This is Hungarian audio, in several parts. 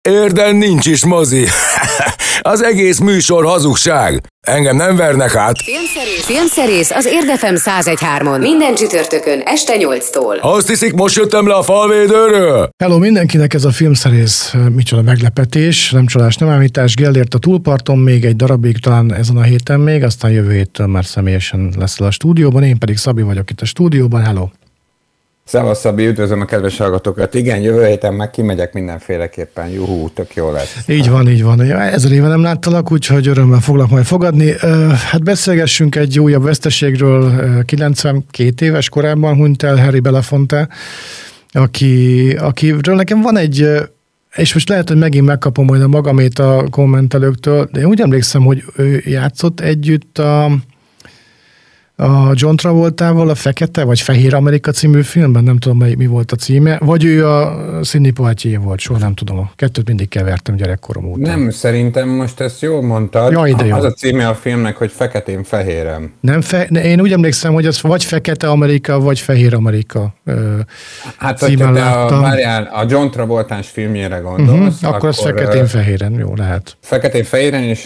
Érden nincs is mozi. Az egész műsor hazugság. Engem nem vernek át. Filmszerész az Érd FM 101.3-on. Minden csütörtökön este 8-tól. Azt hiszik, most jöttem le a falvédőről? Hello mindenkinek, ez a Filmszerész. Micsoda meglepetés, nem csalás, nem ámítás. Gellért a túlparton, még egy darabig, talán ezen a héten még, aztán jövő héttől már személyesen leszel a stúdióban. Én pedig Szabi vagyok itt a stúdióban. Hello! Szevasz Szabi, üdvözlöm a kedves hallgatókat. Igen, jövő héten meg kimegyek mindenféleképpen. Juhú, tök jó lesz. Így van. 1000 éve nem láttalak, úgyhogy örömmel foglak majd fogadni. Hát beszélgessünk egy újabb veszteségről. 92 éves korában hunyt el Harry Belafonte, akiről nekem van egy, és most lehet, hogy megint megkapom majd a magamét a kommentelőktől, de én úgy emlékszem, hogy ő játszott együtt a John Travoltával a Fekete vagy Fehér Amerika című filmben, nem tudom mi volt a címe, vagy ő a Sidney Poitier volt, soha nem tudom, a kettőt mindig kevertem gyerekkorom óta. Nem, szerintem most ezt jól mondtad. Ja, az a címe a filmnek, hogy Feketén-fehérem. Én úgy emlékszem, hogy az vagy Fekete Amerika, vagy Fehér Amerika hát, hogyha te a John Travoltás filmjére gondolsz, akkor az Feketén-fehéren, jó lehet. Feketén-fehéren, és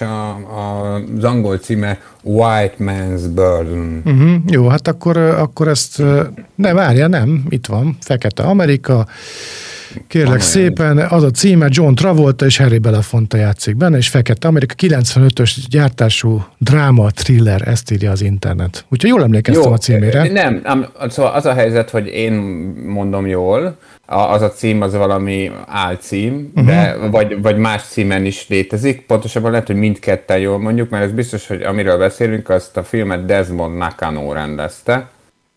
az angol címe White Man's Burden. Jó, hát akkor ezt... Ne, várja, nem, itt van. Fekete Amerika. Kérlek szépen, az a címe, John Travolta és Harry Belafonte játszik benne, és Fekete Amerika 95-ös gyártású dráma, thriller, ezt írja az internet. Úgyhogy jól emlékeztem a címére. Nem, szóval az a helyzet, hogy én mondom jól, az a cím az valami álcím, de vagy más címen is létezik. Pontosabban lehet, hogy mindketten jól mondjuk, mert ez biztos, hogy amiről beszélünk, azt a filmet Desmond Nakano rendezte,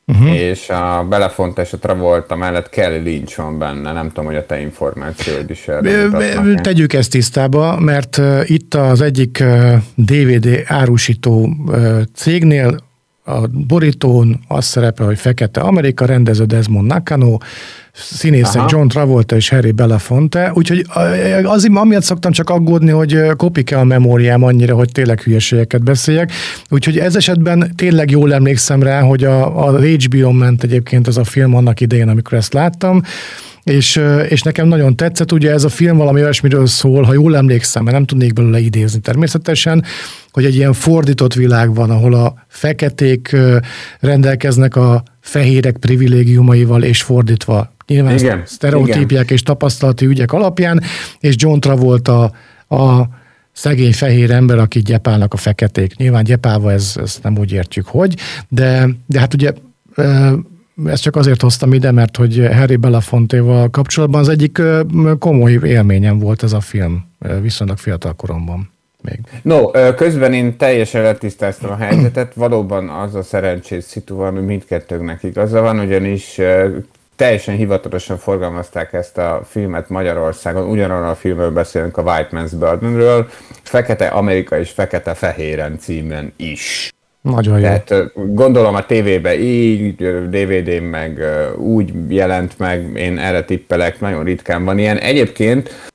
és a Belafonte és a Travolta mellett Kelly Lynch van benne. Nem tudom, hogy a te információid is erre mutatnak. Tegyük ezt tisztába, mert itt az egyik DVD árusító cégnél a borítón az szerepel, hogy Fekete Amerika, rendező Desmond Nakano, színészek John Travolta és Harry Belafonte, úgyhogy azért amiatt szoktam csak aggódni, hogy kopik-e a memóriám annyira, hogy tényleg hülyeségeket beszéljek, úgyhogy ez esetben tényleg jól emlékszem rá, hogy a HBO-n ment egyébként az a film annak idején, amikor ezt láttam, és nekem nagyon tetszett, ugye ez a film valami olyasmiről szól, ha jól emlékszem, mert nem tudnék belőle idézni természetesen, hogy egy ilyen fordított világ van, ahol a feketék rendelkeznek a fehérek privilégiumaival, és fordítva. Nyilván sztereotípiák és tapasztalati ügyek alapján, és John Travolta a szegény fehér ember, akit gyepálnak a feketék. Nyilván gyepálva ezt nem úgy értjük, hogy, de hát ugye ezt csak azért hoztam ide, mert hogy Harry Belafontéval kapcsolatban az egyik komoly élményem volt ez a film, viszonylag fiatal koromban még. No, közben én teljesen letisztáztam a helyzetet, valóban az a szerencsés szitu van, hogy mindkettőnknek igaza van, ugyanis teljesen hivatalosan forgalmazták ezt a filmet Magyarországon, ugyanarról a filmről beszélünk, a White Man's Burdenről, Fekete Amerika és Fekete Fehéren címen is. Nagyon jó. Tehát gondolom a tévében így, DVD-n meg úgy jelent meg, én erre tippelek, nagyon ritkán van ilyen. Egyébként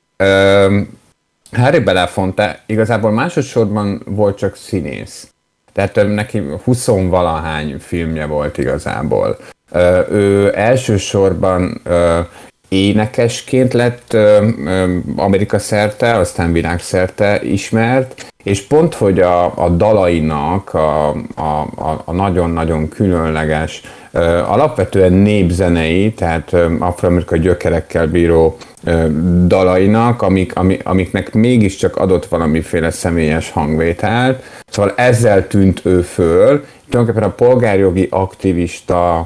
Harry Belafonte igazából másodszorban volt csak színész. Tehát neki 20-valahány filmje volt igazából. Ő elsősorban énekesként lett Amerika szerte, aztán világszerte ismert, és pont, hogy a dalainak a nagyon-nagyon különleges, alapvetően népzenei, tehát afroamerikai gyökerekkel bíró dalainak, amiknek mégiscsak adott valamiféle személyes hangvételt. Szóval ezzel tűnt ő föl, tulajdonképpen a polgárjogi aktivista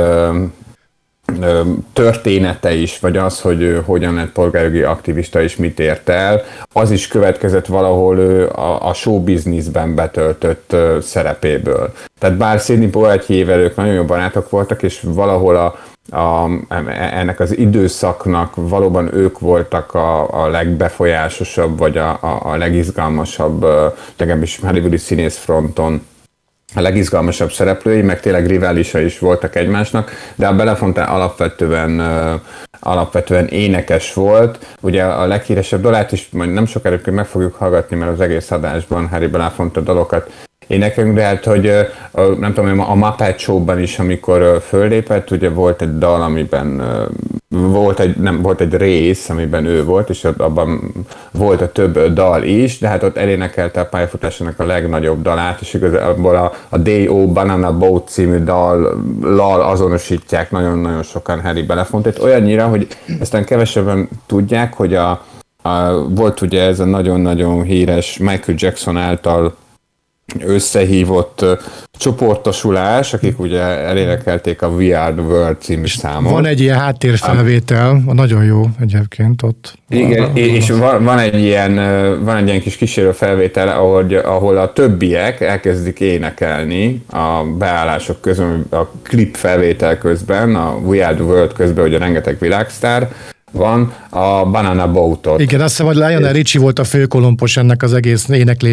története is, vagy az, hogy ő hogyan lett polgárjogi aktivista és mit ért el, az is következett valahol ő a showbizniszben betöltött szerepéből. Tehát bár Sidney Poitiervel ők nagyon jó barátok voltak, és valahol ennek az időszaknak valóban ők voltak a legbefolyásosabb, vagy a legizgalmasabb, legalábbis hollywoodi színészfronton a legizgalmasabb szereplői, meg tényleg riválisai is voltak egymásnak, de a Belafonte alapvetően énekes volt. Ugye a leghíresebb dalát is majd nem sokára meg fogjuk hallgatni, mert az egész adásban Harry Belafonte dalokat énekelünk, de hát, hogy nem tudom, a Muppet Show-ban is, amikor föllépett, ugye volt egy dal, amiben volt egy rész, amiben ő volt, és abban volt a több dal is, de hát ott elénekelte a pályafutásának a legnagyobb dalát, és igazából a D.O. Banana Boat című dallal azonosítják nagyon-nagyon sokan Harry Belafonte-t, olyannyira, hogy aztán kevesebben tudják, hogy volt ugye ez a nagyon-nagyon híres Michael Jackson által összehívott csoportosulás, akik ugye elénekelték a We Are The World című számot. Van egy ilyen háttérfelvétel, nagyon jó egyébként ott. Igen, és van egy ilyen kis kísérő felvétel, ahol a többiek elkezdik énekelni a beállások közben, a klip felvétel közben, a We Are The World közben, ugye rengeteg világsztár van, a Banana Boat-ot. Igen, azt hiszem, hogy Lionel Richie volt a főkolompos ennek az egész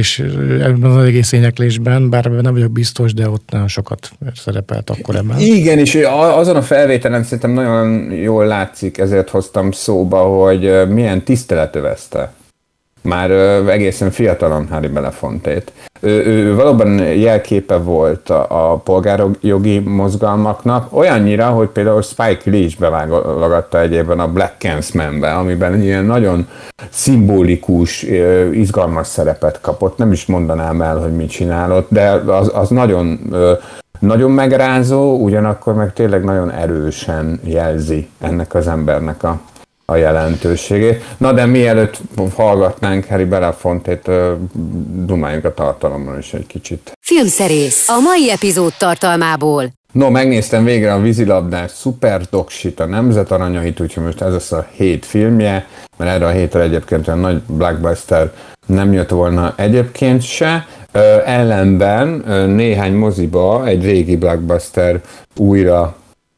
éneklésben, bár nem vagyok biztos, de ott nagyon sokat szerepelt akkor ebben. Igen, és azon a felvételen szerintem nagyon jól látszik, ezért hoztam szóba, hogy milyen tisztelet övezte már egészen fiatalon Harry Belafonte-t. Ő valóban jelképe volt a polgárjogi mozgalmaknak, olyannyira, hogy például Spike Lee is beválogatta egyébben a Black Klansmanbe, amiben ilyen nagyon szimbolikus, izgalmas szerepet kapott. Nem is mondanám el, hogy mit csinálott, de az nagyon, nagyon megrázó, ugyanakkor meg tényleg nagyon erősen jelzi ennek az embernek a jelentőségét. Na de mielőtt hallgatnánk Harry Belafonte-t, dumáljunk a tartalommal is egy kicsit. Filmszerész a mai epizód tartalmából. No, megnéztem végre a vízilabdás szuperdoksit, a Nemzet Aranyait, úgyhogy most ez az a 7 filmje, mert erre a hétre egyébként olyan nagy blockbuster nem jött volna egyébként se. Ellenben néhány moziba egy régi blockbuster újra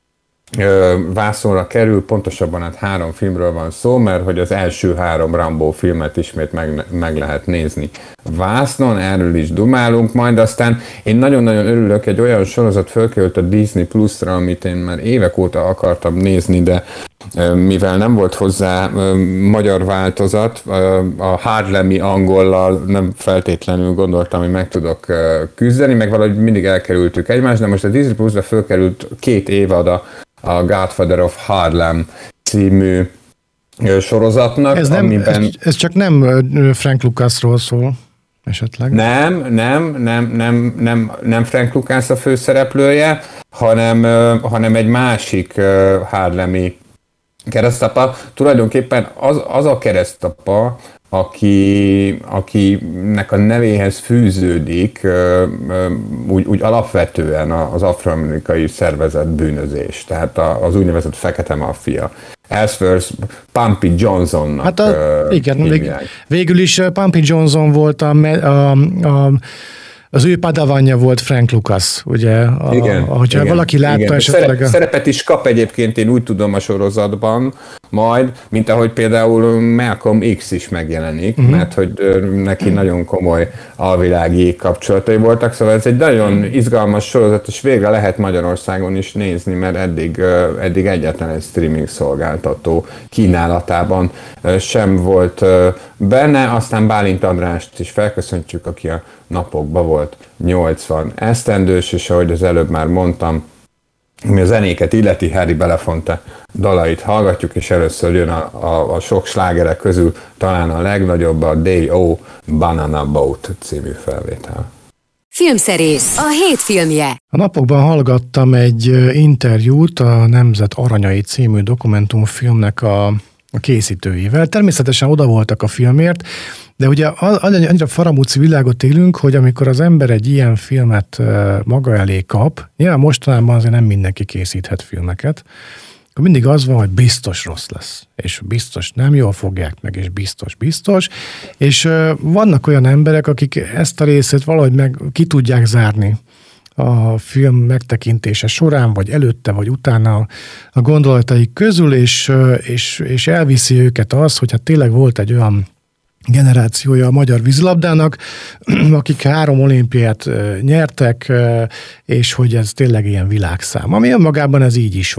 vászonra kerül, pontosabban hát 3 filmről van szó, mert hogy az első 3 Rambo filmet ismét meg lehet nézni vásznon, erről is dumálunk majd, aztán én nagyon-nagyon örülök, egy olyan sorozat fölkerült a Disney Plus-ra, amit én már évek óta akartam nézni, de mivel nem volt hozzá magyar változat, a Harlemi angollal nem feltétlenül gondoltam, hogy meg tudok küzdeni, meg valahogy mindig elkerültük egymást, de most a Disney Plus-ra fölkerült 2 évad a Godfather of Harlem című sorozatnak, ez csak nem Frank Lucasról szól, esetleg. Nem Frank Lucas a főszereplője, hanem egy másik harlemi keresztapa. Tulajdonképpen az a keresztapa, akinek a nevéhez fűződik úgy alapvetően az afroamerikai szervezett bűnözés, tehát az úgynevezett fekete maffia. Ellsworth Pumpy Johnsonnak. Hát igen, végül is Pumpy Johnson volt az ő padavanja volt Frank Lucas, ugye? Hogyha valaki látta esetleg... Szerepet is kap egyébként, én úgy tudom a sorozatban majd, mint ahogy például Malcolm X is megjelenik, mert hogy neki nagyon komoly alvilági kapcsolatai voltak, szóval ez egy nagyon izgalmas sorozat, és végre lehet Magyarországon is nézni, mert eddig egyetlen egy streaming szolgáltató kínálatában sem volt benne, aztán Bálint Andrást is felköszöntjük, aki a napokban volt 80 esztendős, és ahogy az előbb már mondtam, mi a zenéket illeti, Harry Belafonte dalait hallgatjuk, és először jön a sok slágerek közül talán a legnagyobb, a D.O. Banana Boat című felvétel. Filmszerész, a 7 filmje. A napokban hallgattam egy interjút a Nemzet Aranyai című dokumentumfilmnek a készítőivel. Természetesen oda voltak a filmért, de ugye annyira faramúci világot élünk, hogy amikor az ember egy ilyen filmet maga elé kap, nyilván mostanában azért nem mindenki készíthet filmeket, akkor mindig az van, hogy biztos rossz lesz, és biztos nem jól fogják meg, és biztos, és vannak olyan emberek, akik ezt a részét valahogy meg ki tudják zárni a film megtekintése során, vagy előtte, vagy utána a gondolataik közül, és elviszi őket az, hogy hát tényleg volt egy olyan generációja a magyar vízilabdának, akik 3 olimpiát nyertek, és hogy ez tényleg ilyen világszám. Ami önmagában ez így is van.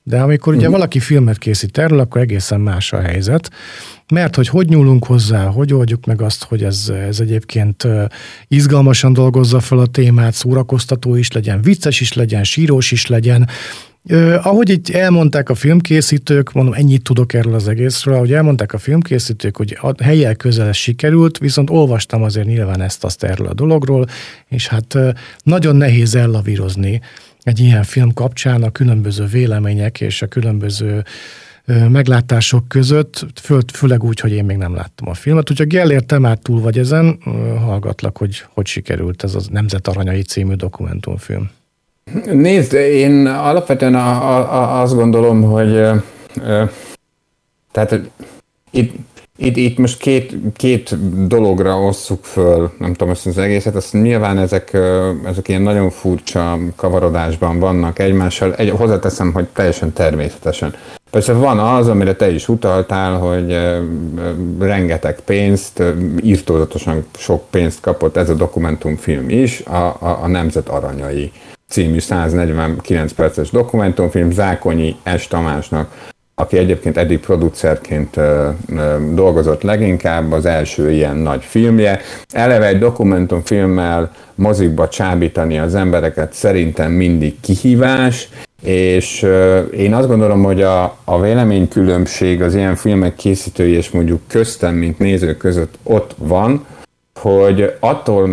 De amikor ugye valaki filmet készít erről, akkor egészen más a helyzet, mert hogy nyúlunk hozzá, hogy oldjuk meg azt, hogy ez egyébként izgalmasan dolgozza fel a témát, szórakoztató is legyen, vicces is legyen, sírós is legyen. Ahogy itt elmondták a filmkészítők, mondom, ennyit tudok erről az egészről, ahogy elmondták a filmkészítők, hogy a helyel közel sikerült, viszont olvastam azért nyilván ezt-azt erről a dologról, és hát nagyon nehéz ellavírozni egy ilyen film kapcsán a különböző vélemények és a különböző meglátások között, főleg úgy, hogy én még nem láttam a filmet. Úgyhogy Gellért, te már túl vagy ezen, hallgatlak, hogy sikerült ez a Nemzet Aranyai című dokumentumfilm. Nézd, én alapvetően azt gondolom, hogy tehát itt most két dologra osszuk föl, nem tudom, ezt az egészet, azt nyilván ezek ilyen nagyon furcsa kavarodásban vannak egymással, hozzáteszem, hogy teljesen természetesen. Persze van az, amire te is utaltál, hogy rengeteg pénzt, irtózatosan sok pénzt kapott ez a dokumentumfilm is, a Nemzet Aranyai című 149 perces dokumentumfilm Zákonyi S. Tamásnak, aki egyébként eddig producerként dolgozott leginkább, az első ilyen nagy filmje. Eleve egy dokumentumfilmmel mozikba csábítani az embereket szerintem mindig kihívás, és én azt gondolom, hogy a véleménykülönbség az ilyen filmek készítői és mondjuk köztem, mint néző között ott van, hogy attól,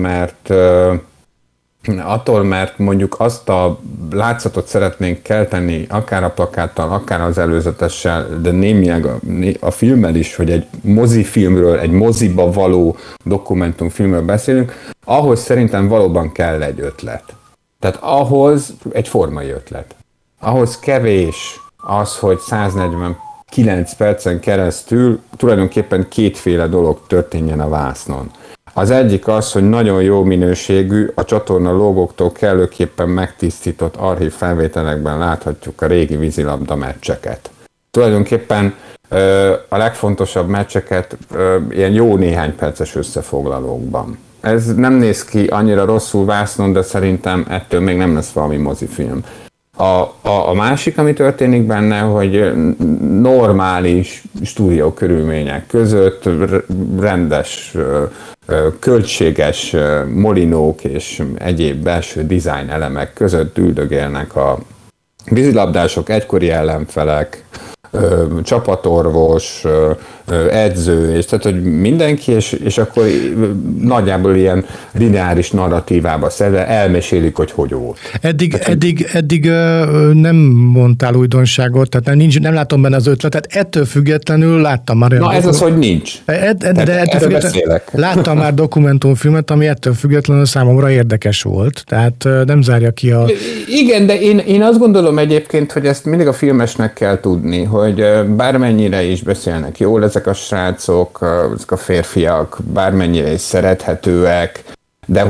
mert mondjuk azt a látszatot szeretnénk kelteni, akár a plakáttal, akár az előzetessel, de némileg a filmmel is, hogy egy mozifilmről, egy moziba való dokumentumfilmről beszélünk, ahhoz szerintem valóban kell egy ötlet. Tehát ahhoz egy formai ötlet. Ahhoz kevés az, hogy 149 percen keresztül tulajdonképpen kétféle dolog történjen a vásznon. Az egyik az, hogy nagyon jó minőségű, a csatorna logóktól kellőképpen megtisztított archív felvételekben láthatjuk a régi vízilabda meccseket. Tulajdonképpen a legfontosabb meccseket ilyen jó néhány perces összefoglalókban. Ez nem néz ki annyira rosszul vásznon, de szerintem ettől még nem lesz valami mozifilm. A másik, ami történik benne, hogy normális stúdió körülmények között rendes, költséges molinók és egyéb belső design elemek között üldögélnek a vízilabdások, egykori ellenfelek, csapatorvos, edző, és tehát, hogy mindenki, és akkor nagyjából ilyen lineáris narratívába szedve elmesélik, hogy volt. Eddig nem mondtál újdonságot, tehát nem látom benne az ötletet, ettől függetlenül láttam már olyan... Na ez az, hogy nincs. De ettől függetlenül láttam már dokumentumfilmet, ami ettől függetlenül számomra érdekes volt, tehát nem zárja ki a... Igen, de én azt gondolom egyébként, hogy ezt mindig a filmesnek kell tudni, hogy bármennyire is beszélnek jól ezek a srácok, ezek a férfiak, bármennyire is szerethetőek, de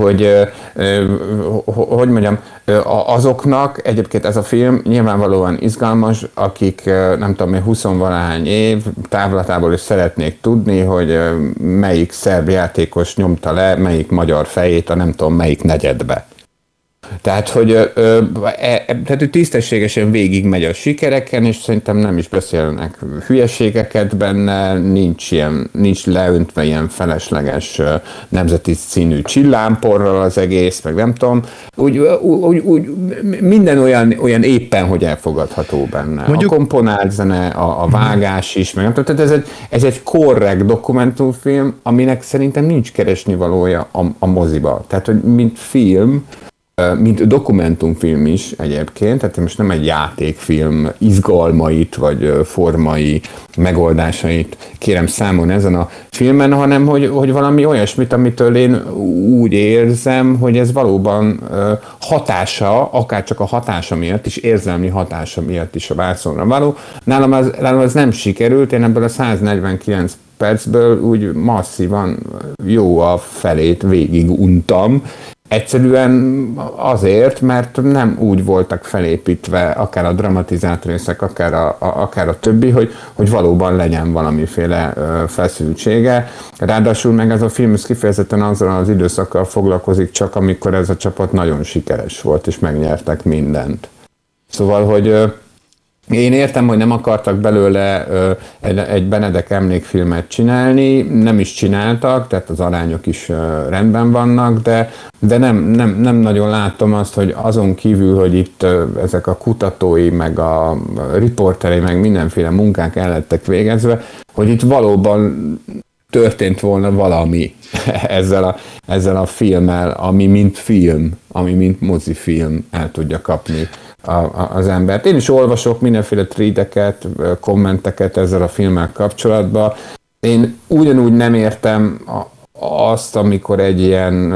hogy mondjam, azoknak egyébként ez a film nyilvánvalóan izgalmas, akik nem tudom, 20-valahány év távlatából is szeretnék tudni, hogy melyik szerb játékos nyomta le, melyik magyar fejét a nem tudom melyik negyedbe. Tehát, hogy tisztességesen végig megy a sikereken, és szerintem nem is beszélnek hülyeségeket benne, nincs leöntve ilyen felesleges nemzeti színű csillámporral az egész, meg nem tudom. Úgy minden olyan éppen, hogy elfogadható benne. Mondjuk... A komponált zene, a vágás is, meg nem tudom. Tehát ez egy korrekt dokumentumfilm, aminek szerintem nincs keresnivalója a moziba. Tehát, hogy mint film, mint dokumentumfilm is egyébként, tehát most nem egy játékfilm izgalmait vagy formai megoldásait kérem számon ezen a filmen, hanem hogy valami olyasmit, amitől én úgy érzem, hogy ez valóban hatása, akár csak a hatása miatt is, érzelmi hatása miatt is a vászonra való. Nálam ez nem sikerült, én ebből a 149 percből úgy masszívan jó a felét végig untam. Egyszerűen azért, mert nem úgy voltak felépítve akár a dramatizált részek, akár a többi, hogy valóban legyen valamiféle feszültsége. Ráadásul meg ez a film kifejezetten azzal az időszakkal foglalkozik csak, amikor ez a csapat nagyon sikeres volt, és megnyertek mindent. Szóval, hogy Én értem, hogy nem akartak belőle egy Benedek emlékfilmet csinálni, nem is csináltak, tehát az arányok is rendben vannak, de nem nagyon látom azt, hogy azon kívül, hogy itt ezek a kutatói, meg a riporterei, meg mindenféle munkák el lettek végezve, hogy itt valóban történt volna valami ezzel a filmmel, ami mint mozifilm el tudja kapni az embert. Én is olvasok mindenféle tweeteket, kommenteket ezzel a filmmel kapcsolatban. Én ugyanúgy nem értem azt, amikor egy ilyen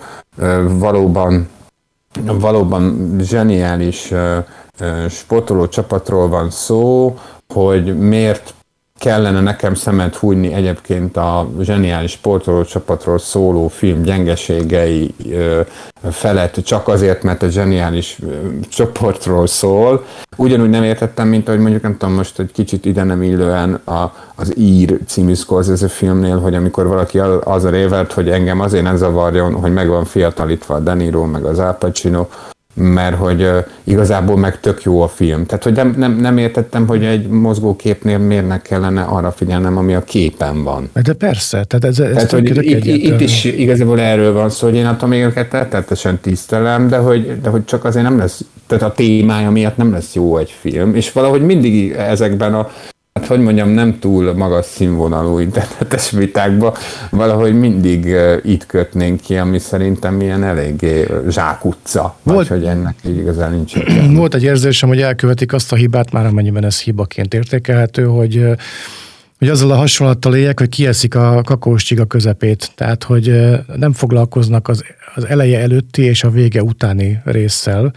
valóban zseniális sportoló csapatról van szó, hogy miért kellene nekem szemet hújni egyébként a zseniális sportoló csapatról szóló film gyengeségei felett csak azért, mert a zseniális csoportról szól. Ugyanúgy nem értettem, mint ahogy mondjuk nem tudom most egy kicsit ide nem illően az Ír című Scorsese filmnél, hogy amikor valaki azzal évelt, hogy engem azért nem zavarjon, hogy meg van fiatalítva a De Niro, meg az Al Pacino, mert hogy igazából meg tök jó a film. Tehát, hogy nem értettem, hogy egy mozgóképnél miért ne kellene arra figyelnem, ami a képen van. De persze, tehát hogy itt is igazából erről van szó, hogy én attól még őket tettetesen tisztelem, de hogy csak azért nem lesz, tehát a témája miatt nem lesz jó egy film, és valahogy mindig ezekben hát hogy mondjam, nem túl magas színvonalú internetes vitákba valahogy mindig itt kötnénk ki, ami szerintem ilyen eléggé zsákutca, vagy hogy ennek így igazán nincs. Volt egy érzésem, hogy elkövetik azt a hibát, már amennyiben ez hibaként értékelhető, hogy azzal a hasonlattal éljek, hogy kieszik a kakaós csiga közepét, tehát hogy nem foglalkoznak az eleje előtti és a vége utáni résszel,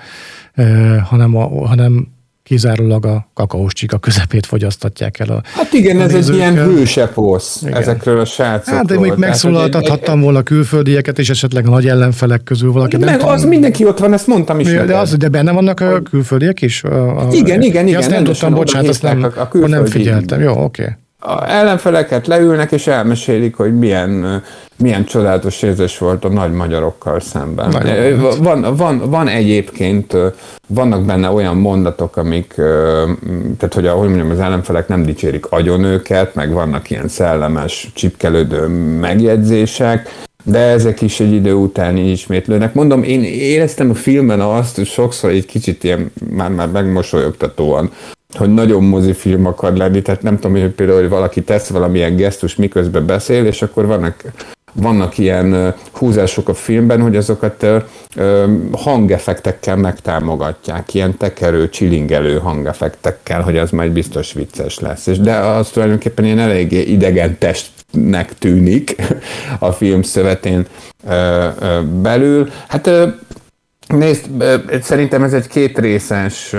hanem kizárólag a kakaós csika közepét fogyasztatják el. Hát igen, ez egy ilyen hőseposz ezekről a srácokról. Hát de még megszólaltathattam volna külföldieket, és esetleg a nagy ellenfelek közül valaki. Meg az mindenki ott van, ezt mondtam is. De benne vannak a külföldiek is? Igen. Azt nem tudtam, bocsánat, azt nem figyeltem. Jó, oké. A ellenfeleket leülnek, és elmesélik, hogy milyen csodálatos érzés volt a nagy magyarokkal szemben. Van egyébként, vannak benne olyan mondatok, amik, tehát hogy ahogy mondjam, az ellenfelek nem dicsérik agyon őket, meg vannak ilyen szellemes, csipkelődő megjegyzések, de ezek is egy idő után ismétlődnek. Mondom, én éreztem a filmben azt, hogy sokszor egy kicsit ilyen már megmosolyogtatóan, hogy nagyon mozifilm akar lenni, tehát nem tudom, hogy például, hogy valaki tesz valamilyen gesztus, miközben beszél, és akkor vannak ilyen húzások a filmben, hogy azokat hangeffektekkel megtámogatják, ilyen tekerő, csilingelő hangeffektekkel, hogy az majd biztos vicces lesz. De az tulajdonképpen ilyen eléggé idegen testnek tűnik a film szövetén belül. Hát nézd, szerintem ez egy kétrészes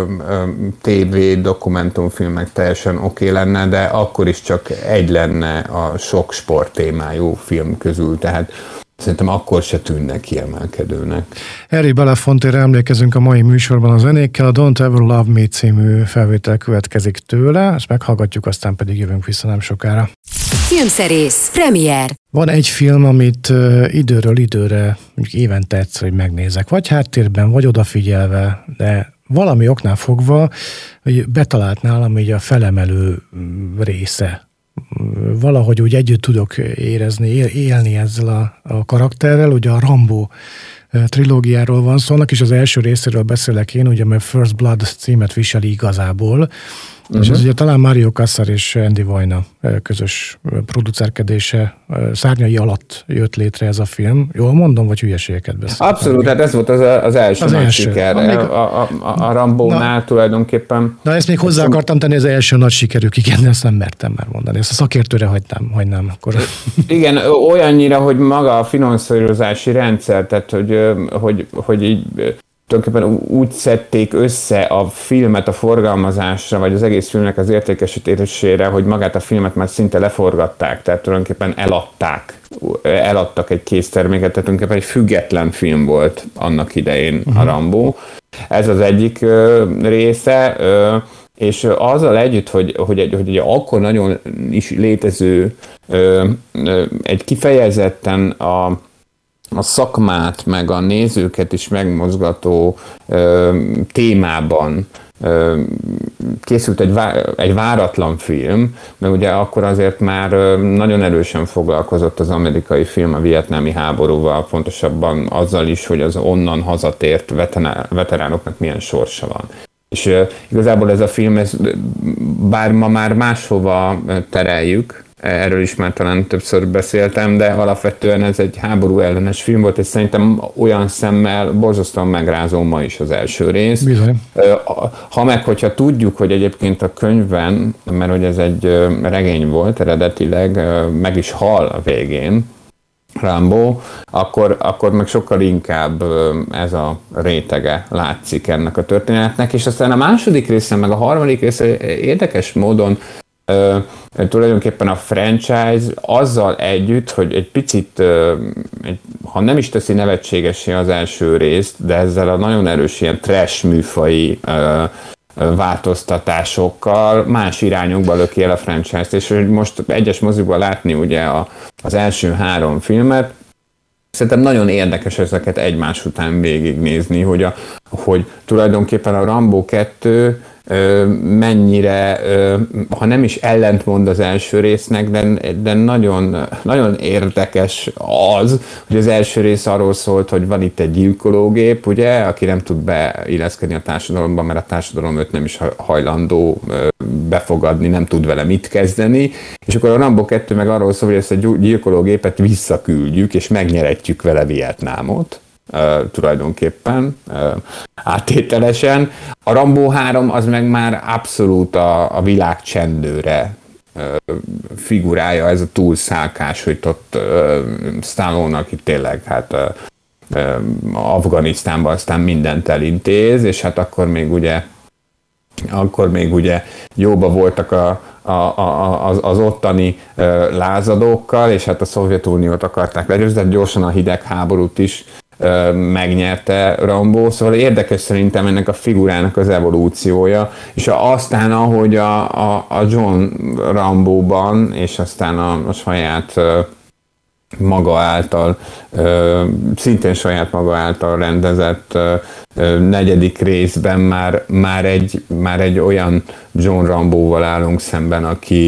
TV dokumentumfilmnek teljesen oké lenne, de akkor is csak egy lenne a sok sporttémájú film közül, tehát szerintem akkor se tűnnek kiemelkedőnek. Harry Belafontére emlékezünk a mai műsorban a zenékkel, a Don't Ever Love Me című felvétel következik tőle, ezt meghallgatjuk, aztán pedig jövünk vissza nem sokára. Filmszerész, premier. Van egy film, amit időről időre, mondjuk évente egyszer, hogy megnézek, vagy háttérben, vagy odafigyelve, de valami oknál fogva, hogy betalált nálam így a felemelő része. Valahogy úgy együtt tudok érezni, élni ezzel a karakterrel, ugye a Rambo trilógiáról van szó, annak is az első részéről beszélek én, ugye, mert First Blood címet viseli igazából, és ez ugye talán Mario Kassar és Andy Vajna közös producerkedése szárnyai alatt jött létre ez a film. Jól mondom, vagy hülyeségeket beszélek? Abszolút, tehát ez volt az első nagy siker. A Rambónál tulajdonképpen. Na, ezt még hozzá akartam tenni, az első nagy sikerük, igen, ezt nem mertem már mondani. Ezt a szakértőre hagynám akkor. Igen, olyannyira, hogy maga a finanszírozási rendszer, tehát hogy így tulajdonképpen úgy szedték össze a filmet a forgalmazásra, vagy az egész filmnek az értékesítésére, hogy magát a filmet már szinte leforgatták, tehát tulajdonképpen eladtak egy készterméket, tehát tulajdonképpen egy független film volt annak idején a Rambo. Ez az egyik része, és azzal együtt, hogy akkor nagyon is létező egy kifejezetten a szakmát, meg a nézőket is megmozgató témában készült egy váratlan film, mert ugye akkor azért már nagyon erősen foglalkozott az amerikai film a vietnámi háborúval, pontosabban azzal is, hogy az onnan hazatért veteránoknak milyen sorsa van. És igazából ez a film, bár ma már máshova tereljük, erről is már talán többször beszéltem, de alapvetően ez egy háború ellenes film volt, és szerintem olyan szemmel borzasztóan megrázó ma is az első rész. Bizony. Hogyha tudjuk, hogy egyébként a könyvben, mert hogy ez egy regény volt eredetileg, meg is hal a végén, Rambo, akkor meg sokkal inkább ez a rétege látszik ennek a történetnek, és aztán a második része, meg a harmadik része érdekes módon tulajdonképpen a franchise azzal együtt, hogy egy picit, ha nem is teszi nevetségessé az első részt, de ezzel a nagyon erős ilyen trash műfai változtatásokkal más irányokba löki el a franchise-t, és hogy most egyes mozikban látni ugye az első 3 filmet, szerintem nagyon érdekes ezeket egymás után végignézni, hogy tulajdonképpen a Rambo 2 mennyire, ha nem is ellentmond az első résznek, de nagyon, nagyon érdekes az, hogy az első rész arról szólt, hogy van itt egy gyilkológép, ugye, aki nem tud beilleszkedni a társadalomba, mert a társadalom őt nem is hajlandó befogadni, nem tud vele mit kezdeni, és akkor a Rambo 2 meg arról szól, hogy ezt a gyilkológépet visszaküldjük, és megnyeretjük vele Vietnámot. Tulajdonképpen áttételesen. A Rambo 3 az meg már abszolút a világ csendőre figurája, ez a túlszálkás, hogy ott Stallone, aki tényleg hát Afganisztánban aztán mindent elintéz, és hát akkor még ugye jóba voltak az ottani lázadókkal, és hát a Szovjetuniót akarták legyőzni, de gyorsan a hidegháborút is megnyerte Rambo, szóval érdekes szerintem ennek a figurának az evolúciója, és aztán ahogy a John Rambo-ban, és aztán a saját maga által, szintén saját maga által rendezett 4. részben már egy olyan John Rambo-val állunk szemben,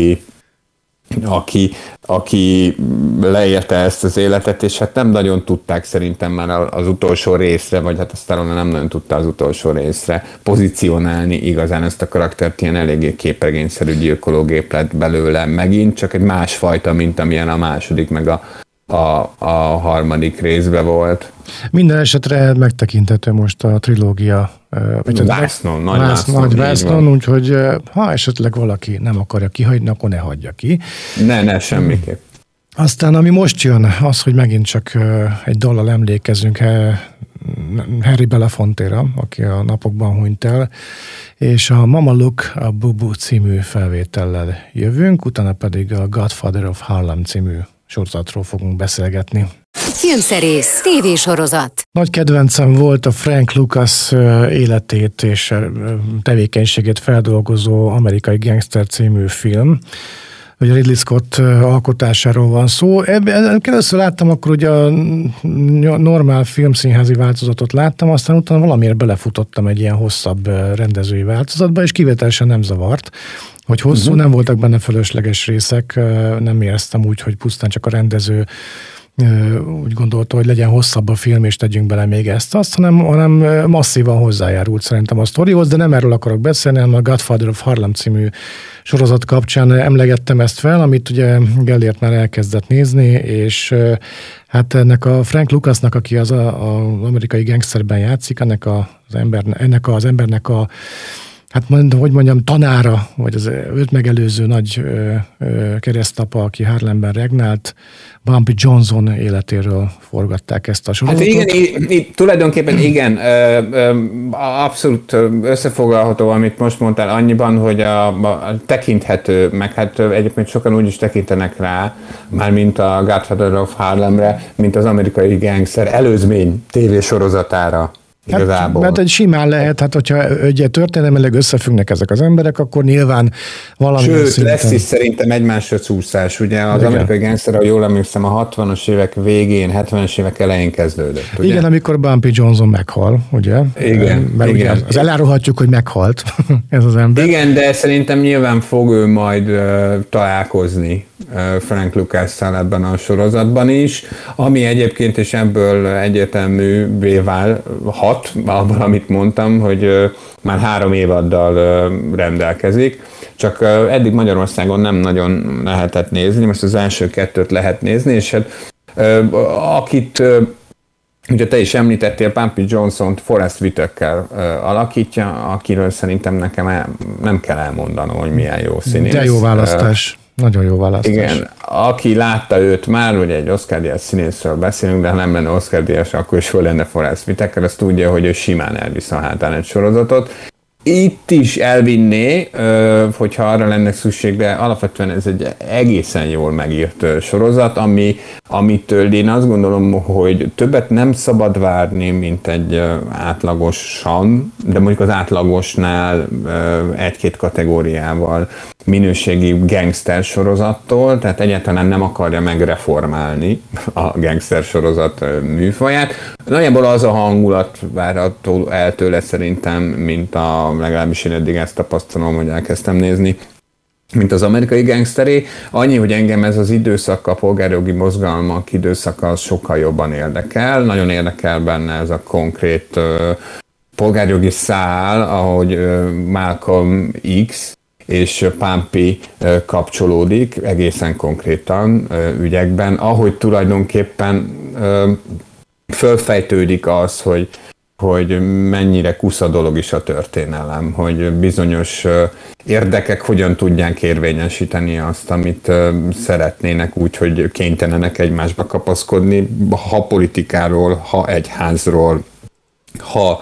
aki leérte ezt az életet, és hát nem nagyon tudták szerintem már az utolsó részre, vagy hát aztán nem nagyon tudta az utolsó részre pozícionálni igazán ezt a karaktert, ilyen eléggé képregényszerű gyilkológép lett belőle megint, csak egy másfajta, mint amilyen a második, meg a harmadik részben volt. Minden esetre megtekintető most a trilógia. Nagy vásznon, úgyhogy ha esetleg valaki nem akarja kihagyni, akkor ne hagyja ki. Ne, semmiképp. Aztán ami most jön, az, hogy megint csak egy dallal emlékezünk Harry Belafontéra, aki a napokban hunyt el, és a Mama Look a Bubu című felvétellel jövünk, utána pedig a Godfather of Harlem című sorozatról fogunk beszélgetni. Filmszerész, tévésorozat. Nagy kedvencem volt a Frank Lucas életét és tevékenységét feldolgozó Amerikai Gangster című film. Ugye Ridley Scott alkotásáról van szó. Először láttam, akkor ugye a normál filmszínházi változatot láttam, aztán utána valamiért belefutottam egy ilyen hosszabb rendezői változatba, és kivételesen nem zavart, hogy hosszú, nem voltak benne fölösleges részek, nem éreztem úgy, hogy pusztán csak a rendező úgy gondolta, hogy legyen hosszabb a film, és tegyünk bele még ezt-azt, hanem masszívan hozzájárult szerintem a sztorihoz, de nem erről akarok beszélni, hanem a Godfather of Harlem című sorozat kapcsán emlegettem ezt fel, amit ugye Gellért már elkezdett nézni, és hát ennek a Frank Lucasnak, aki az amerikai gangsterben játszik, ennek az embernek a hát hogy mondjam, tanára, vagy az őt megelőző nagy keresztapa, aki Harlemben regnált, Bumpy Johnson életéről forgatták ezt a sorozatot. Hát igen, tulajdonképpen igen, abszolút összefoglalható, amit most mondtál annyiban, hogy a tekinthető, meg hát egyébként sokan úgy is tekintenek rá, már mint a Godfather of Harlemre, mint az amerikai gangster előzmény tévésorozatára. igazából. Mert egy simán lehet, hát hogyha ugye történelmileg összefüggnek ezek az emberek, akkor nyilván valami. Sőt, szinten... lesz is szerintem egymásra csúszás. Ugye az igen. Amerikai Gangster, ha jól emlékszem, a 60-as évek végén, 70-es évek elején kezdődött. Ugye? Igen, amikor Bumpy Johnson meghal, ugye? Igen. Mert igen. ugye az elárulhatjuk, hogy meghalt ez az ember. Igen, de szerintem nyilván fog ő majd találkozni Frank Lucas-szal ebben a sorozatban is, ami egyébként is ebből egyértelművé válhat, abban, amit mondtam, hogy már 3 évaddal rendelkezik, csak eddig Magyarországon nem nagyon lehetett nézni, most az első 2 lehet nézni, és hát akit ugye te is említettél, Bumpy Johnson-t Forest Whitaker alakítja, akiről szerintem nekem nem kell elmondanom, hogy milyen jó színész. De jó választás. Nagyon jó választás. Igen, aki látta őt már, ugye egy Oscar-díjas színészről beszélünk, de ha nem lenne Oscar-díjas, akkor is hol lenne Forest Whitaker, azt tudja, hogy ő simán elvisz a hátán egy sorozatot. Itt is elvinné, hogyha arra lenne szükség, de alapvetően ez egy egészen jól megírt sorozat, amitől én azt gondolom, hogy többet nem szabad várni, mint egy átlagosan, de mondjuk az átlagosnál 1-2 kategóriával minőségi gangster sorozattól, tehát egyáltalán nem akarja megreformálni a gangster sorozat műfaját. Nagyjából az a hangulat várható el tőle szerintem, mint legalábbis én eddig ezt tapasztalom, hogy elkezdtem nézni, mint az Amerikai Gangsteré. Annyi, hogy engem ez az időszak, a polgárjogi mozgalmak időszaka az sokkal jobban érdekel. Nagyon érdekel benne ez a konkrét polgárjogi szál, ahogy Malcolm X és Bumpy kapcsolódik egészen konkrétan ügyekben, ahogy tulajdonképpen fölfejtődik az, hogy mennyire kusza dolog is a történelem, hogy bizonyos érdekek hogyan tudják érvényesíteni azt, amit szeretnének úgy, hogy kénytelenek egymásba kapaszkodni, ha politikáról, ha egyházról, ha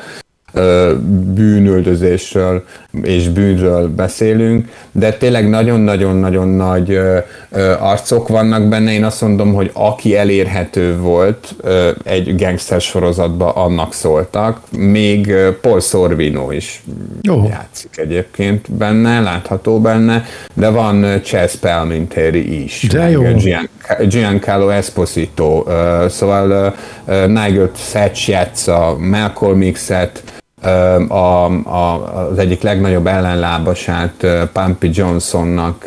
bűnüldözésről és bűnről beszélünk, de tényleg nagyon-nagyon-nagyon nagy arcok vannak benne. Én azt mondom, hogy aki elérhető volt egy gangster sorozatban, annak szóltak. Még Paul Sorvino is játszik egyébként benne, látható benne, de van Chaz Palminteri is. De jó. Giancarlo Esposito, szóval Nigel Thatch játsza Malcolm X-et, az egyik legnagyobb ellenlábasát Bumpy Johnsonnak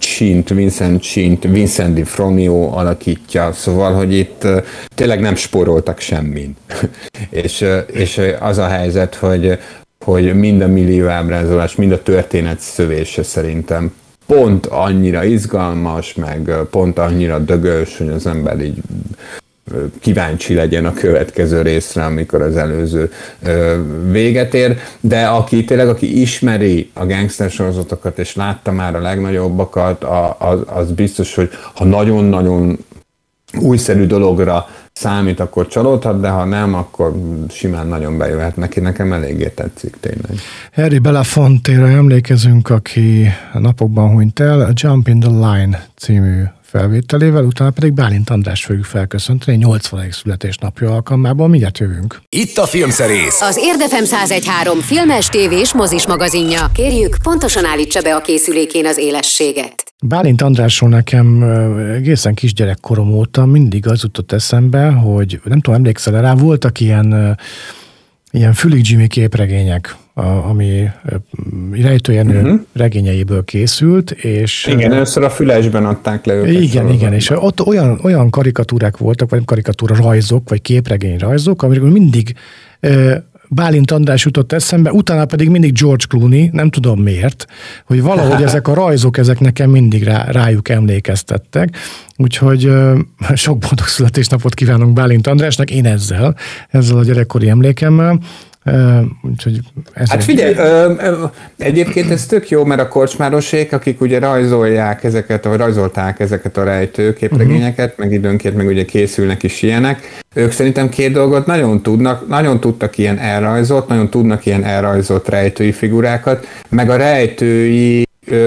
Vincent D'Onofrio alakítja, szóval, hogy itt tényleg nem spóroltak semmin. és az a helyzet, hogy mind a millióábrázolás, mind a történet szövése szerintem pont annyira izgalmas, meg pont annyira dögös, hogy az ember így kíváncsi legyen a következő részre, amikor az előző véget ér, de aki ismeri a gangster sorozatokat, és látta már a legnagyobbakat, az biztos, hogy ha nagyon-nagyon újszerű dologra számít, akkor csalódhat, de ha nem, akkor simán nagyon bejöhet neki. Nekem eléggé tetszik tényleg. Harry Belafonte-ra emlékezünk, aki a napokban hunyt el, a Jump in the Line című felvételével, utána pedig Bálint András fogjuk felköszönteni 80. születésnapja alkalmából. Mindjárt jövünk. Itt a Filmszerész. Az Érdefem 101.3 filmes, tévés, mozis magazinja. Kérjük, pontosan állítsa be a készülékén az élességet. Bálint Andrásról nekem egészen kisgyerekkorom óta mindig az jutott eszembe, hogy nem tudom, emlékszel rá, voltak ilyen Fülig Jimmy képregények, ami Rejtőjenő regényeiből készült, és... Igen, először a Fülesben adták le őket. Igen, és ott olyan karikatúrák voltak, vagy karikatúra rajzok, vagy képregény rajzok, amikről mindig Bálint András jutott eszembe, utána pedig mindig George Clooney, nem tudom miért, hogy valahogy ezek a rajzok, ezek nekem mindig rájuk emlékeztettek, úgyhogy sok boldog születésnapot kívánunk Bálint Andrásnak, én ezzel a gyerekkori emlékemmel. Úgyhogy hát figyelj, egyébként ez tök jó, mert a korcsmárosék, akik ugye rajzolták ezeket a rejtőképregényeket, meg időnként meg ugye készülnek is ilyenek, ők szerintem 2 dolgot nagyon tudtak ilyen elrajzolt, nagyon tudnak ilyen elrajzolt rejtői figurákat, meg a rejtői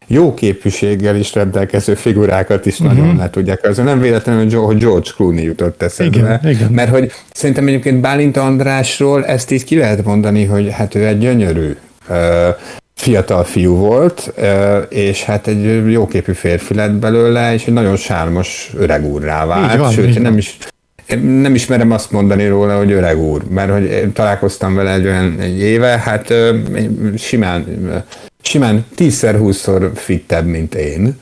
jó képűséggel is rendelkező figurákat is nagyon le tudják. Az nem véletlenül, hogy George Clooney jutott eszembe. Igen. Mert hogy szerintem egyébként Bálint Andrásról ezt így ki lehet mondani, hogy hát ő egy gyönyörű fiatal fiú volt, és hát egy jóképű férfi lett belőle, és egy nagyon sármos öreg úrrá vált. Van, sőt, nem ismerem azt mondani róla, hogy öreg úr, mert hogy találkoztam vele egy éve, hát simán 10-20-szor fittebb, mint én.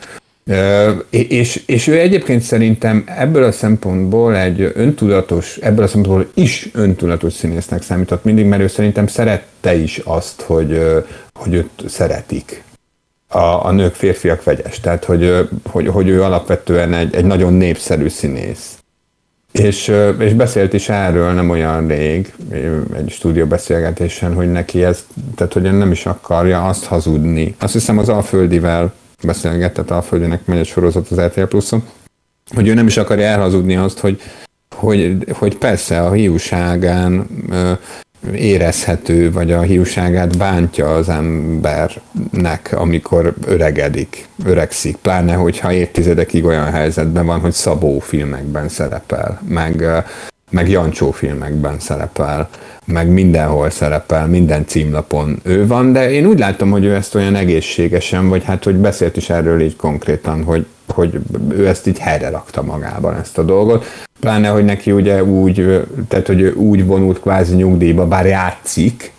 És ő egyébként szerintem ebből a szempontból ebből a szempontból is öntudatos színésznek számított mindig, mert ő szerintem szerette is azt, hogy őt szeretik. A nők, férfiak vegyes. Tehát, hogy ő alapvetően egy nagyon népszerű színész. És beszélt is erről nem olyan rég, egy stúdióbeszélgetésen, hogy neki ez, tehát hogy nem is akarja azt hazudni. Azt hiszem az Alföldivel beszélgetett, Alföldinek megy egy sorozat az RTL Pluszon, hogy ő nem is akarja elhazudni azt, hogy persze a hiúságán érezhető, vagy a hiúságát bántja az embernek, amikor öregszik, pláne hogyha évtizedekig olyan helyzetben van, hogy Szabó filmekben szerepel, meg Jancsó filmekben szerepel, meg mindenhol szerepel, minden címlapon ő van, de én úgy látom, hogy ő ezt olyan egészségesen, vagy hát, hogy beszélt is erről így konkrétan, hogy ő ezt így helyre rakta magában, ezt a dolgot. Pláne, hogy neki ugye tehát hogy ő úgy vonult kvázi nyugdíjba, bár játszik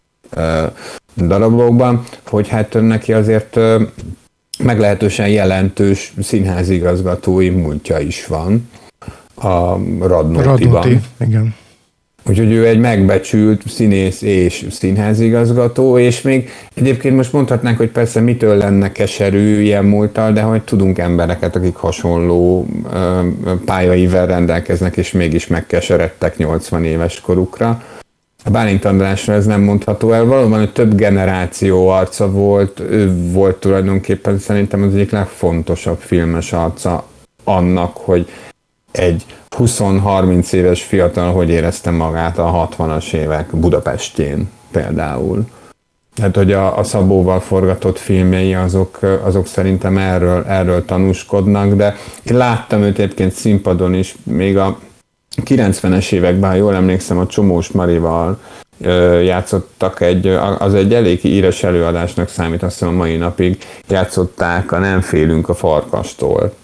darabokban, hogy hát neki azért meglehetősen jelentős színházigazgatói múltja is van a Radnótiban. Igen. Úgyhogy ő egy megbecsült színész és színházigazgató, és még egyébként most mondhatnánk, hogy persze mitől lenne keserű ilyen múlttal, de hogy tudunk embereket, akik hasonló pályaivel rendelkeznek, és mégis megkeseredtek 80 éves korukra. A Bálint Andrásra ez nem mondható el. Valóban, hogy több generáció arca volt, ő volt tulajdonképpen szerintem az egyik legfontosabb filmes arca annak, hogy egy 20-30 éves fiatal hogy érezte magát a 60-as évek Budapestjén például. Tehát, hogy a Szabóval forgatott filmjei azok szerintem erről tanúskodnak, de én láttam őt egyébként színpadon is, még a 90-es években, jól emlékszem, a Csomós Marival játszottak az egy elég íres előadásnak számít, azt hiszem a mai napig játszották a Nem félünk a farkastól.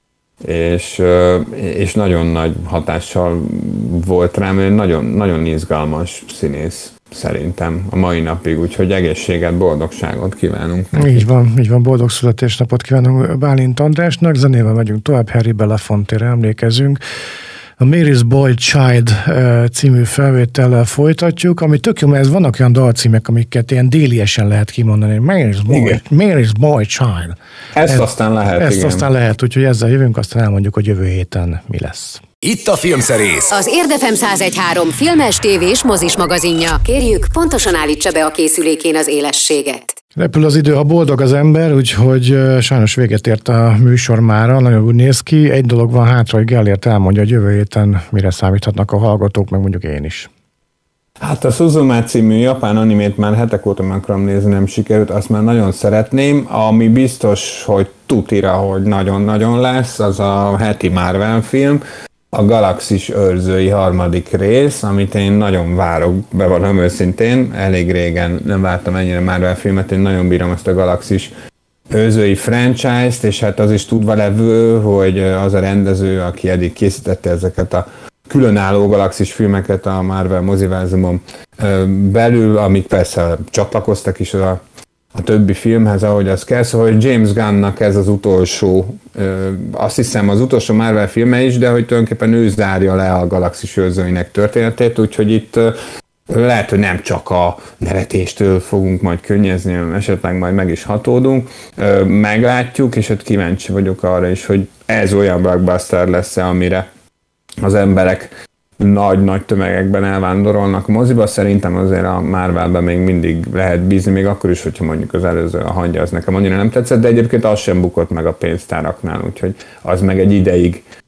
És nagyon nagy hatással volt rám, ő nagyon, nagyon izgalmas színész szerintem a mai napig, úgyhogy egészséget, boldogságot kívánunk neki. Így van, boldog születésnapot kívánunk Bálint Andrásnak, zenével megyünk tovább, Harry Belafonte-re emlékezünk. A Mary's Boy Child című felvétellel folytatjuk, ami tök jó, mert ez vannak olyan dalcímek, amiket ilyen déliesen lehet kimondani. Mary's Boy Child. Ezt aztán lehet, úgyhogy ezzel jövünk, aztán elmondjuk, hogy jövő héten mi lesz. Itt a Filmszerész. Az Érdefem 101.3 filmes, tévés, mozis magazinja. Kérjük, pontosan állítsa be a készülékén az élességet. Repül az idő, ha boldog az ember, úgyhogy sajnos véget ért a műsor mára, nagyon úgy néz ki. Egy dolog van hátra, hogy Gellért elmondja, hogy jövő héten mire számíthatnak a hallgatók, meg mondjuk én is. Hát a Suzume című japán animét már hetek óta meg akarom nézni, nem sikerült, azt már nagyon szeretném. Ami biztos, hogy tutira, hogy nagyon-nagyon lesz, az a heti Marvel film, a Galaxis őrzői harmadik rész, amit én nagyon várok, bevallom őszintén, elég régen nem vártam ennyire Marvel filmet, én nagyon bírom ezt a Galaxis őrzői franchise-t, és hát az is tudva levő, hogy az a rendező, aki eddig készítette ezeket a különálló Galaxis filmeket a Marvel moziverzumon belül, amik persze csatlakoztak is a többi filmhez, ahogy az kell, szóval hogy James Gunnnak ez az utolsó, azt hiszem az utolsó Marvel filme is, de hogy tulajdonképpen ő zárja le a Galaxis őrzőinek történetét, úgyhogy itt lehet, hogy nem csak a nevetéstől fogunk majd könnyezni, esetleg majd meg is hatódunk, meglátjuk, és hát kíváncsi vagyok arra is, hogy ez olyan blockbuster lesz-e, amire az emberek nagy-nagy tömegekben elvándorolnak moziba. Szerintem azért a Marvelben még mindig lehet bízni, még akkor is, hogyha mondjuk az előző a hangja, az nekem annyira nem tetszett, de egyébként az sem bukott meg a pénztáraknál, úgyhogy az meg egy ideig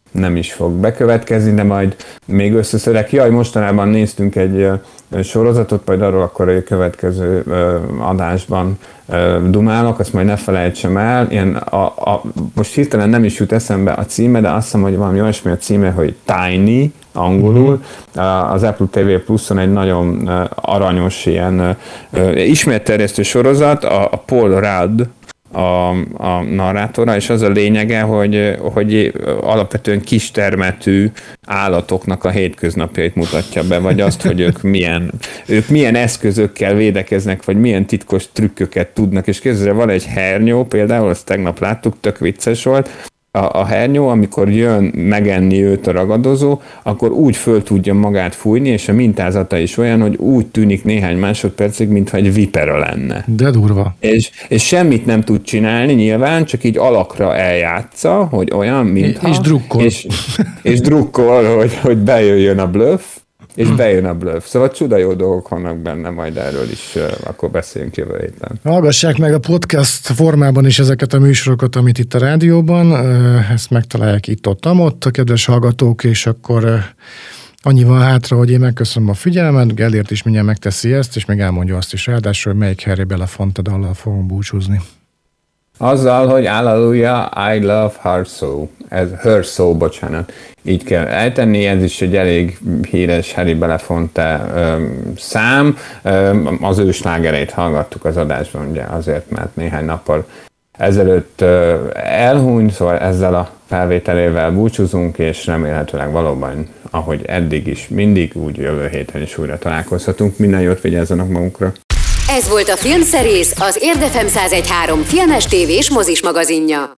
nem is fog bekövetkezni, de majd még összeszedek. Jaj, mostanában néztünk egy sorozatot, majd arról akkor a következő adásban dumálok, azt majd ne felejtsem el. Ilyen most hirtelen nem is jut eszembe a címe, de azt hiszem, hogy valami olyasmi a címe, hogy Tiny, angolul. Az Apple TV Pluson egy nagyon aranyos ilyen ismeretterjesztő sorozat, a Paul Rudd a narrátora, és az a lényege, hogy alapvetően kistermetű állatoknak a hétköznapjait mutatja be, vagy azt, hogy ők milyen eszközökkel védekeznek, vagy milyen titkos trükköket tudnak, és képzeld, van egy hernyó, például, azt tegnap láttuk, tök vicces volt, a hernyó, amikor jön megenni őt a ragadozó, akkor úgy föl tudja magát fújni, és a mintázata is olyan, hogy úgy tűnik néhány másodpercig, mintha egy vipera lenne. De durva. És semmit nem tud csinálni nyilván, csak így alakra eljátsza, hogy olyan, mintha... És drukkol. És drukkol, hogy bejöjjön a bluff, és bejön a bluff. Szóval csuda jó dolgok vannak benne, majd erről is akkor beszéljünk jövő héten. Hallgassák meg a podcast formában is ezeket a műsorokat, amit itt a rádióban, ezt megtalálják itt-ott, a kedves hallgatók, és akkor annyi van hátra, hogy én megköszönöm a figyelmet, Gellért is mindjárt megteszi ezt, és még elmondja azt is ráadásul, hogy melyik Harry Belafonte dallal fogunk búcsúzni. Azzal, hogy Hallelujah, I love her so. Ez her so, bocsánat. Így kell eltenni, ez is egy elég híres Harry Belafonte szám. Az ő slágereit hallgattuk az adásban, ugye azért, mert néhány nappal ezelőtt elhunyt, szóval ezzel a felvételével búcsúzunk, és remélhetőleg valóban, ahogy eddig is, mindig úgy jövő héten is újra találkozhatunk. Minden jót, vigyázzanak magukra! Ez volt a Filmszerész, az Érdefem 101.3 filmes tévés mozis magazinja.